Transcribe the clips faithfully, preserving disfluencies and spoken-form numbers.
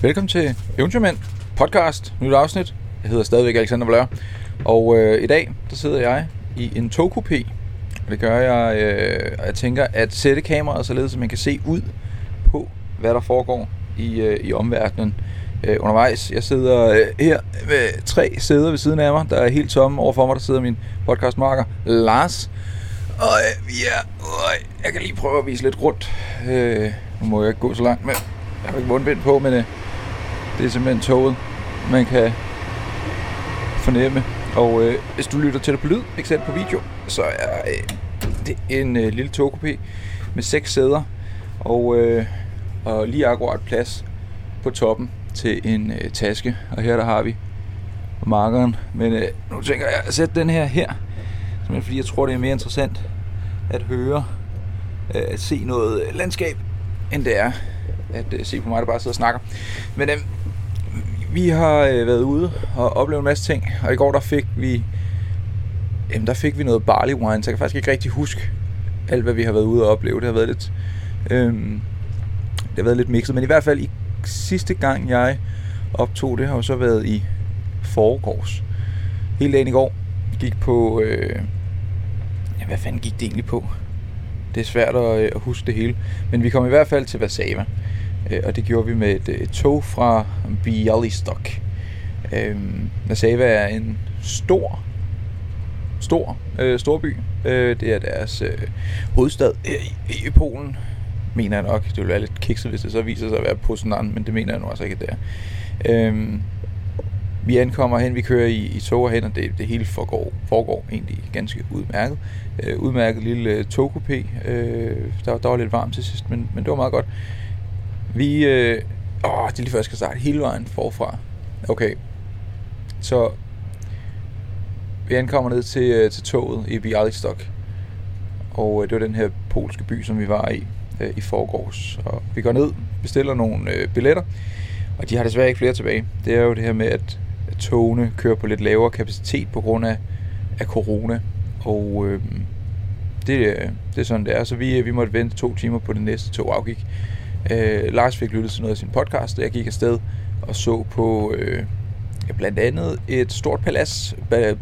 Velkommen til Eventyrmænd podcast, nyt afsnit. Jeg hedder stadigvæk Alexander Valør, og øh, i dag der sidder jeg i en togkupé. Det gør jeg, øh, og jeg tænker at sætte kameraet således, at man kan se ud på, hvad der foregår i, øh, i omverdenen øh, undervejs. Jeg sidder øh, her med tre sæder ved siden af mig, der er helt tomme. Overfor mig der sidder min podcastmarker Lars. Og øh, ja, øh, jeg kan lige prøve at vise lidt rundt. Øh, nu må jeg ikke gå så langt med. Jeg har ikke mundbind på, men øh, det er simpelthen toget, man kan fornemme. Og øh, hvis du lytter til det på lyd, ikke selv på video, så er øh, det en øh, lille togkupé med seks sæder og, øh, og lige akkurat plads på toppen til en øh, taske. Og her der har vi markeren. Men øh, nu tænker jeg at sætte den her her, simpelthen fordi jeg tror det er mere interessant at høre, øh, at se noget landskab, end det er at øh, se på mig, der bare sidder og snakker. Men øh, vi har øh, været ude og oplevet en masse ting, og i går der fik vi jamen, der fik vi noget barley wine, så jeg kan faktisk ikke rigtig huske alt, hvad vi har været ude og opleve. Det har været lidt øh, det har været lidt mixet, men i hvert fald i sidste gang jeg optog det, har jo så været i forgårs. Hele dagen i går gik på øh, ja, hvad fanden gik det egentlig på? Det er svært at, at huske det hele, men vi kom i hvert fald til Warszawa. Og det gjorde vi med et, et tog fra Bialystok. Øhm, Warszawa er en stor, stor øh, storby. Øh, det er deres øh, hovedstad i, i Polen, mener jeg nok. Det ville være lidt kikset, hvis det så viser sig at være Poznan, men det mener jeg nu altså ikke, det er. Øhm, vi ankommer hen, vi kører i, i tog hen, og det, det hele foregår, foregår egentlig ganske udmærket. Øh, udmærket lille togkupé. Øh, der, der var lidt varmt til sidst, men, men det var meget godt. Vi, øh, åh, det er lige før jeg skal starte hele vejen forfra. Okay, så vi ankommer ned til, øh, til toget i Bialystok. Og øh, det var den her polske by, som vi var i øh, i forgårs. Og vi går ned, bestiller nogle øh, billetter, og de har desværre ikke flere tilbage. Det er jo det her med, at, at togene kører på lidt lavere kapacitet på grund af, af corona. Og øh, det, øh, det er sådan, det er. Så vi, vi måtte vente to timer på det næste tog afgik. Øh, Lars fik lyttet til noget af sin podcast, og jeg gik afsted og så på øh, ja, blandt andet et stort palads,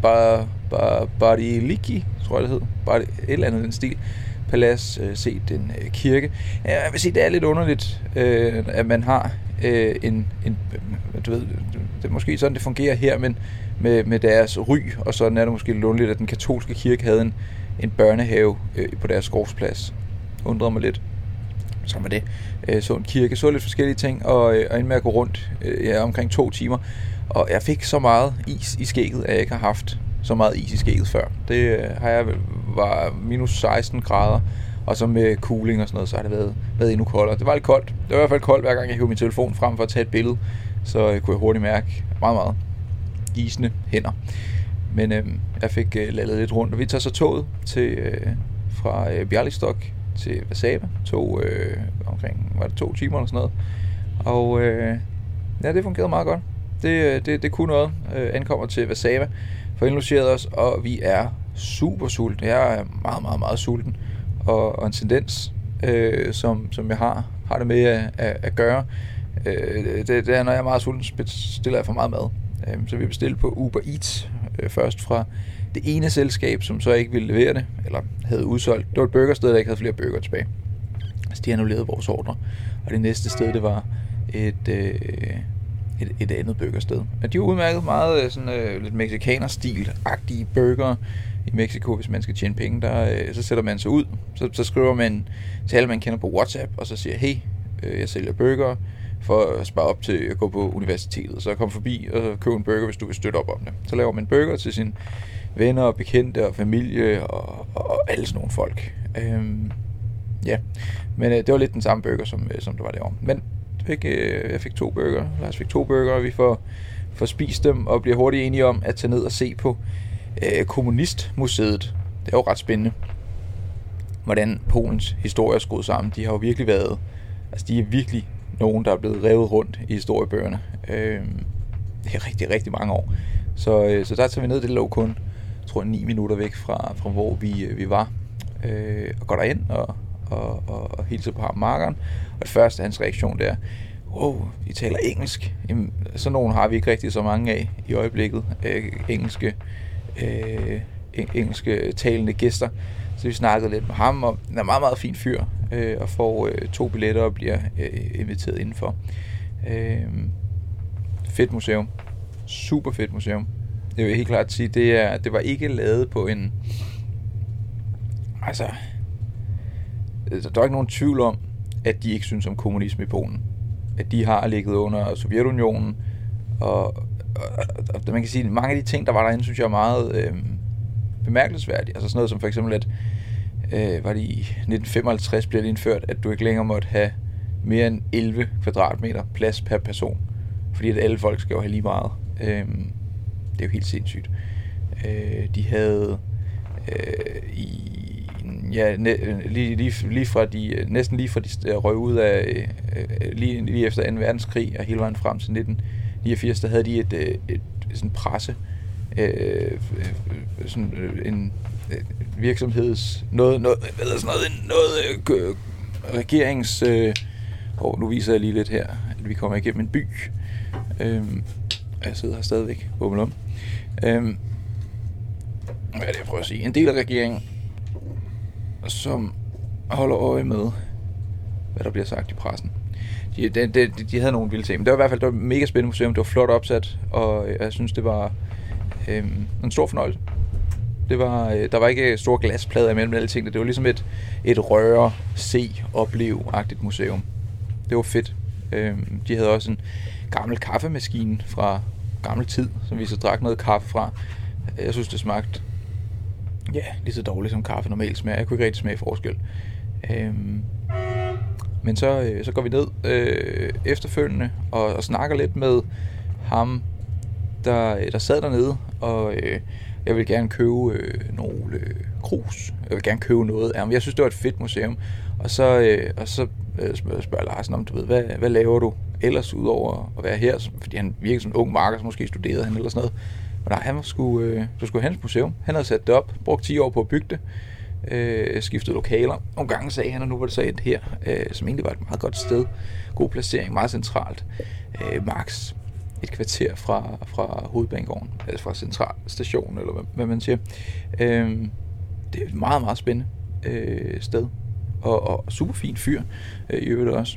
Bariliki, tror jeg det hed, bare et eller andet den stil, palads, øh, set en øh, kirke. Ja, jeg vil sige, det er lidt underligt, øh, at man har øh, en, en, du ved, det er måske sådan det fungerer her, men med, med deres ry, og sådan er det måske lidt underligt, at den katolske kirke havde en, en børnehave øh, på deres gårdsplads. Undrede mig lidt. Så med det, øh, så en kirke, så lidt forskellige ting, og, øh, og endte med at gå rundt øh, ja, omkring to timer. Og jeg fik så meget is i skægget, at jeg ikke har haft så meget is i skægget før. Det øh, har jeg var minus seksten grader, og så med cooling og sådan noget, så har det været, været endnu koldere. Det var lidt koldt. Det var i hvert fald koldt, hver gang jeg hævde min telefon frem for at tage et billede, så øh, kunne jeg hurtigt mærke meget, meget isende hænder. Men øh, jeg fik øh, ladet lidt rundt, og vi tager så toget til, øh, fra øh, Bialystok til Warszawa, tog øh, omkring var det to timer eller sådan noget, og øh, ja, det fungerede meget godt. Det, det, det kunne noget. Øh, ankommer til Warszawa, får indlogeret os, og vi er super sultne. Jeg er meget, meget, meget sulten, og, og en tendens, øh, som, som jeg har, har det med at, at, at gøre, øh, det, det er, når jeg er meget sulten, bestiller jeg for meget mad. Øh, så vi bestilte på Uber Eats øh, først fra det ene selskab, som så ikke ville levere det, eller havde udsolgt. Det var et burgersted, der ikke havde flere burger tilbage. Så de annullerede vores ordre. Og det næste sted, det var et, øh, et, et andet burgersted. Og de var udmærket meget sådan, øh, lidt mexikaner-stil-agtige burger i Mexico, hvis man skal tjene penge. Der, øh, så sætter man sig ud, så, så skriver man til alle, man kender på WhatsApp, og så siger, hey, øh, jeg sælger burger for at spare op til at gå på universitetet. Så kom forbi og køb en burger, hvis du vil støtte op om det. Så laver man en burger til sin venner og bekendte og familie og, og alle sådan nogle folk. Øhm, ja, men øh, det var lidt den samme burger, som, øh, som det var derovre. Men fik, øh, jeg fik to burger, Lars fik to burger, og vi får, får spist dem og bliver hurtigt enige om at tage ned og se på øh, Kommunistmuseet. Det er jo ret spændende, hvordan Polens historie er skruet sammen. De har jo virkelig været, altså de er virkelig nogen, der er blevet revet rundt i historiebøgerne. Øh, det er rigtig, rigtig mange år. Så, øh, så der tager vi ned, det lå kun tror jeg, ni minutter væk fra, fra hvor vi, vi var, øh, og går derind og, og, og, og hilser på ham markeren. Og det første, hans reaktion der, wow, vi taler engelsk. Jamen, sådan nogen har vi ikke rigtig så mange af i øjeblikket. Øh, engelske, øh, engelske talende gæster. Så vi snakkede lidt med ham, og han er en meget, meget fin fyr, øh, og får øh, to billetter og bliver øh, inviteret indenfor. Øh, fedt museum. Super fedt museum. Det vil jeg helt klart sige, det, er, det var ikke lavet på en... Altså... Der er ikke nogen tvivl om, at de ikke synes om kommunisme i Polen. At de har ligget under Sovjetunionen, og, og, og man kan sige, at mange af de ting, der var derinde, synes jeg er meget øh, bemærkelsesværdige. Altså sådan noget som for eksempel, at øh, var det i nitten femoghalvtreds blev det indført, at du ikke længere måtte have mere end elleve kvadratmeter plads per person. Fordi at alle folk skal jo have lige meget. Øh, det er jo helt sindssygt. Øh, de havde øh, i Ja, lige, lige, lige fra de, næsten lige fra de røg ud af, lige, lige efter anden verdenskrig og hele vejen frem til nitten niogfirs, der havde de et, et, et sådan presse, øh, sådan en virksomheds, noget, noget, hvad hedder sådan noget, noget øh, regerings, øh, oh, nu viser jeg lige lidt her, at vi kommer igennem en by, øh, jeg sidder her stadigvæk, bummel om, øh, hvad er det, jeg prøver at sige, en del af regeringen, som holder øje med, hvad der bliver sagt i pressen. De, de, de, de havde nogle vilde ting, men det var i hvert fald det var et mega spændende museum, det var flot opsat, og jeg synes, det var øh, en stor fornøjelse. Det var, øh, der var ikke store glasplader imellem alle tingene, det var ligesom et, et røre, se, opleve-agtigt museum. Det var fedt. Øh, de havde også en gammel kaffemaskine fra gammel tid, som vi så drak noget kaffe fra. Jeg synes, det smagte ja, lige så dårligt som kaffe normalt smager. Jeg kunne ikke rigtig smage forskel. Øhm, men så, øh, så går vi ned øh, efterfølgende og, og snakker lidt med ham, der, der sad dernede, og øh, jeg vil gerne købe øh, nogle øh, krus. Jeg vil gerne købe noget af ham. Jeg synes, det var et fedt museum. Og så, øh, og så øh, spørger Larsen om, du ved, hvad, hvad laver du ellers udover at være her? Fordi han virker som en ung marker, så måske studerede han eller sådan noget. Og nej, han var sgu, øh, så skulle hans museum. Han havde sat det op, brugt ti år på at bygge det, øh, skiftet lokaler. Nogle gange sagde han, og nu var det så et her, øh, som egentlig var et meget godt sted. God placering, meget centralt. Øh, max et kvarter fra, fra hovedbanegården, altså fra centralstationen, eller hvad, hvad man siger. Øh, det er et meget, meget spændende øh, sted. Og, og super fint fyr, øh, i øvrigt også.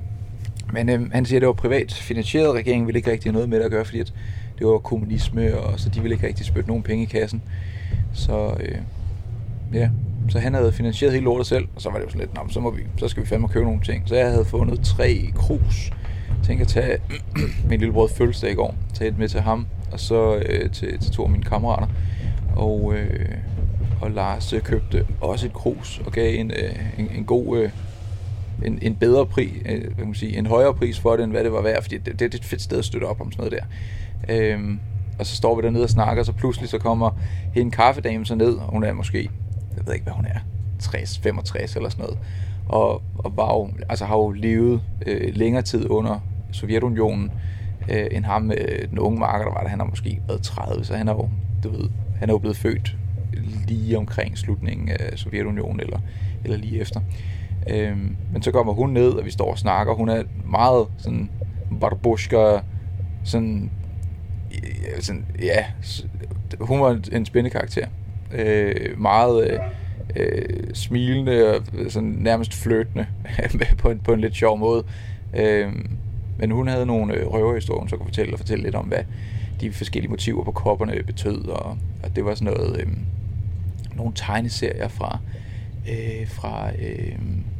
Men øh, han siger, at det var privat finansieret. Regeringen ville ikke rigtig have noget med det at gøre, fordi at det var kommunisme, og så de ville ikke rigtig spytte nogen penge i kassen. Så øh, ja, så han havde finansieret hele lortet selv, og så var det jo sådan lidt, nå, så, må vi, så skal vi fandme købe nogle ting. Så jeg havde fundet tre krus. Jeg tænkte at tage min lillebror fødselsdag i går, tage et med til ham, og så øh, til, til to af mine kammerater. Og, øh, og Lars købte også et krus, og gav en, øh, en, en god... Øh, En, en bedre pris, øh, hvad kan man sige, en højere pris for det, end hvad det var værd, fordi det, det er et fedt sted at støtte op om sådan noget der. Øhm, og så står vi dernede og snakker, og så pludselig så kommer en kaffedame så ned, og hun er måske, jeg ved ikke hvad hun er, tres, femogtres eller sådan noget, og, og var jo, altså har jo levet øh, længere tid under Sovjetunionen, øh, end ham, øh, den unge marker, der var der, han har måske været tredive, så han er jo, du ved, han er jo blevet født lige omkring slutningen af Sovjetunionen, eller, eller lige efter. Øhm, men så kommer hun ned, og vi står og snakker. Hun er meget sådan barbushka, sådan, sådan ja, hun var en spændende karakter. Øh, meget øh, smilende og sådan nærmest flirtende på en på en lidt sjov måde. Øh, men hun havde nogle røverhistorier, hun så kunne fortælle og fortælle lidt om, hvad de forskellige motiver på kopperne betød, og, og det var sådan noget, øh, nogle tegneserier fra øh, fra øh,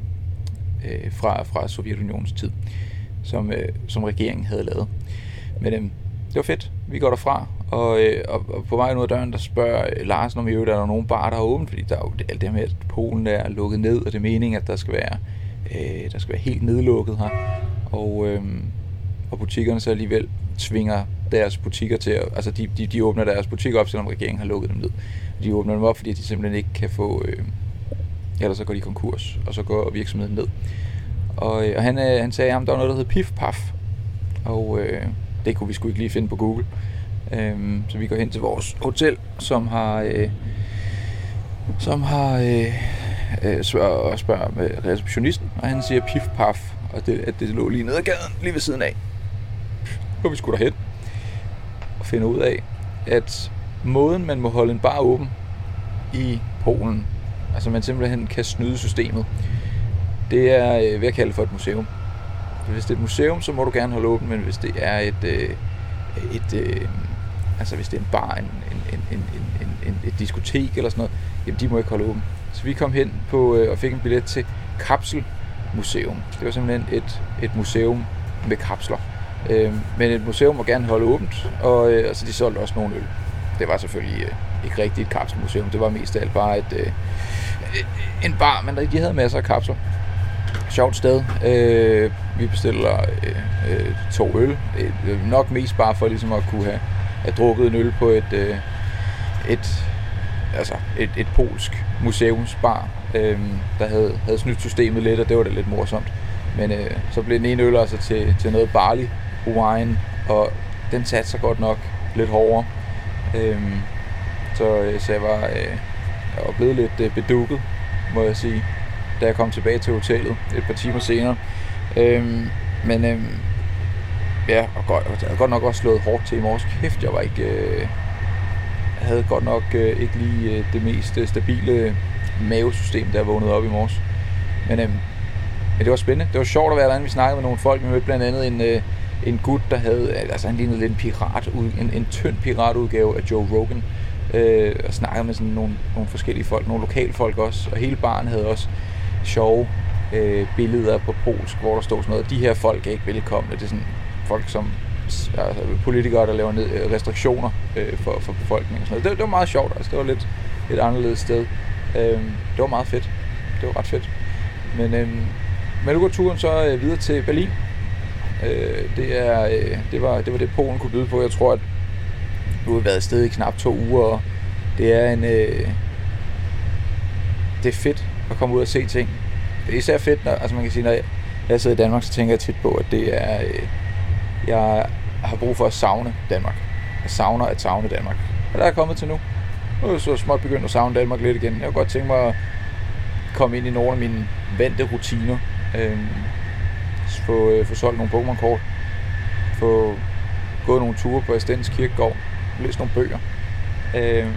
øh, fra fra Sovjetunionens tid, som øh, som regeringen havde lavet. Men øh, det var fedt. Vi går derfra, og, øh, og, og på vej ud af døren, der spørger Larsen om i øvrigt, er der nogen bar, der er åbent, fordi der er jo alt det her med, at Polen er lukket ned, og det er meningen, at der skal være øh, der skal være helt nedlukket her, og øh, og butikkerne så alligevel tvinger deres butikker til at, altså de, de, de åbner deres butikker op, selvom regeringen har lukket dem ned. De åbner dem op, fordi de simpelthen ikke kan få, øh, ellers så går de konkurs, og så går virksomheden ned. Og, øh, og han, øh, han sagde, at der var noget, der hed Pif Paf, og øh, det kunne vi sgu ikke lige finde på Google. Øh, så vi går hen til vores hotel, som har, øh, som har øh, øh, spørger, spørger med receptionisten, og han siger Pif Paf, og det, at det lå lige nede ad gaden, lige ved siden af. Og vi skulle derhen og finde ud af, at måden man må holde en bar åben i Polen, altså man simpelthen kan snyde systemet, det er ved at kalde det for et museum. Hvis det er et museum, så må du gerne holde åben, men hvis det er et, et, et, et altså hvis det er en bar, en, en, en, en, en, et diskotek eller sådan noget, jamen de må ikke holde åben. Så vi kom hen på og fik en billet til Kapselmuseum. Det var simpelthen et, et museum med kapsler. Øh, men et museum må gerne holde åbent, og øh, altså de solgte også nogle øl. Det var selvfølgelig øh, ikke rigtigt et kapselmuseum, det var mest af alt bare et, øh, en bar, men de havde masser af kapsler. Sjovt sted. Øh, vi bestiller øh, øh, to øl, øh, nok mest bare for ligesom at kunne have, have drukket en øl på et, øh, et, altså et, et polsk museumsbar, øh, der havde, havde snydt systemet lidt, og det var da lidt morsomt. Men øh, så blev den ene øl altså til, til noget barley wine, og den satte sig godt nok lidt hårdere. Øhm, så, så jeg var, øh, jeg var blevet lidt øh, bedukket, må jeg sige, da jeg kom tilbage til hotellet et par timer senere. Øhm, men øhm, ja, og godt, jeg havde godt nok også slået hårdt til i morges. Kæft, jeg var ikke, øh, jeg havde godt nok øh, ikke lige øh, det mest øh, stabile mavesystem, der vågnede op i morges. Men øhm, Men det var spændende. Det var sjovt at være derinde. Vi snakkede med nogle folk. Vi mødte blandt andet en, øh, en gut, der havde, altså han lignede lidt en pirat, en, en tynd piratudgave af Joe Rogan. Øh, og snakkede med sådan nogle, nogle forskellige folk, nogle lokalfolk også. Og hele baren havde også sjove øh, billeder på polsk, hvor der stod sådan noget. De her folk er ikke velkomne. Det er sådan folk som altså, politikere, der laver ned, restriktioner øh, for, for befolkningen. Og sådan noget. Det, det var meget sjovt. Altså, det var lidt et anderledes sted. Øh, det var meget fedt. Det var ret fedt. Men øh, Men nu går turen så øh, videre til Berlin. Øh, det, er, øh, det, var, det var det, Polen kunne byde på. Jeg tror, at nu har vi været afsted i knap to uger, og det er en... Øh, det er fedt at komme ud og se ting. Det er især fedt, når, altså man kan sige, når jeg, jeg sidder i Danmark, så tænker jeg tit på, at det er... Øh, jeg har brug for at savne Danmark. Jeg savner at savne Danmark. Og der er jeg kommet til nu. Nu er jeg så småt begyndt at savne Danmark lidt igen. Jeg kunne godt tænke mig at komme ind i nogle af mine vante rutiner. Øhm, få, øh, få solgt nogle Pokémon-kort, få gået nogle ture på Astens Kirkegård, læst nogle bøger. Øhm,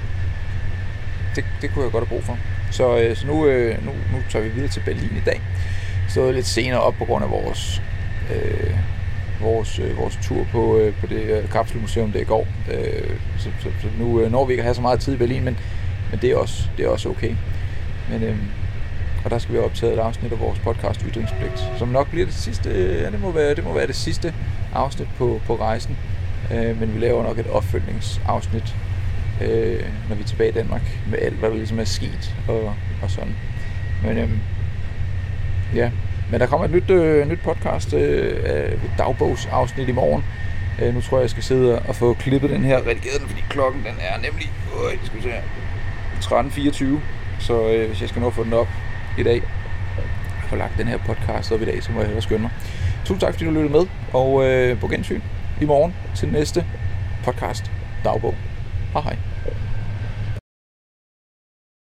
det, det kunne jeg godt have brug for. Så, øh, så nu, øh, nu, nu tager vi videre til Berlin i dag. Stået lidt senere op på grund af vores, øh, vores, øh, vores tur på, øh, på det øh, kapselmuseum der i går. Øh, så, så, så nu øh, når vi ikke at have så meget tid i Berlin, men, men det, er også, det er også okay. Men, øh, og der skal vi optage et afsnit af vores podcast Ytringspligt, som nok bliver det sidste, ja, det må være det, må være det sidste afsnit på, på rejsen. Øh, men vi laver nok et opfølgningsafsnit, øh, når vi er tilbage i Danmark, med alt, hvad der ligesom er sket og, og sådan. Men øh, ja, men der kommer et nyt, øh, nyt podcast, øh, et dagbogsafsnit i morgen. Øh, nu tror jeg, jeg skal sidde og få klippet den her, redigeret den, fordi klokken den er nemlig, øh, skal vi se her, tretten fireogtyve. Så øh, hvis jeg skal nå at få den op i dag, og få lagt den her podcast op i dag, så må jeg hellere skynde mig. Tusind tak, fordi du lyttede med, og øh, på gensyn i morgen til næste podcast dagbog. Hej hej.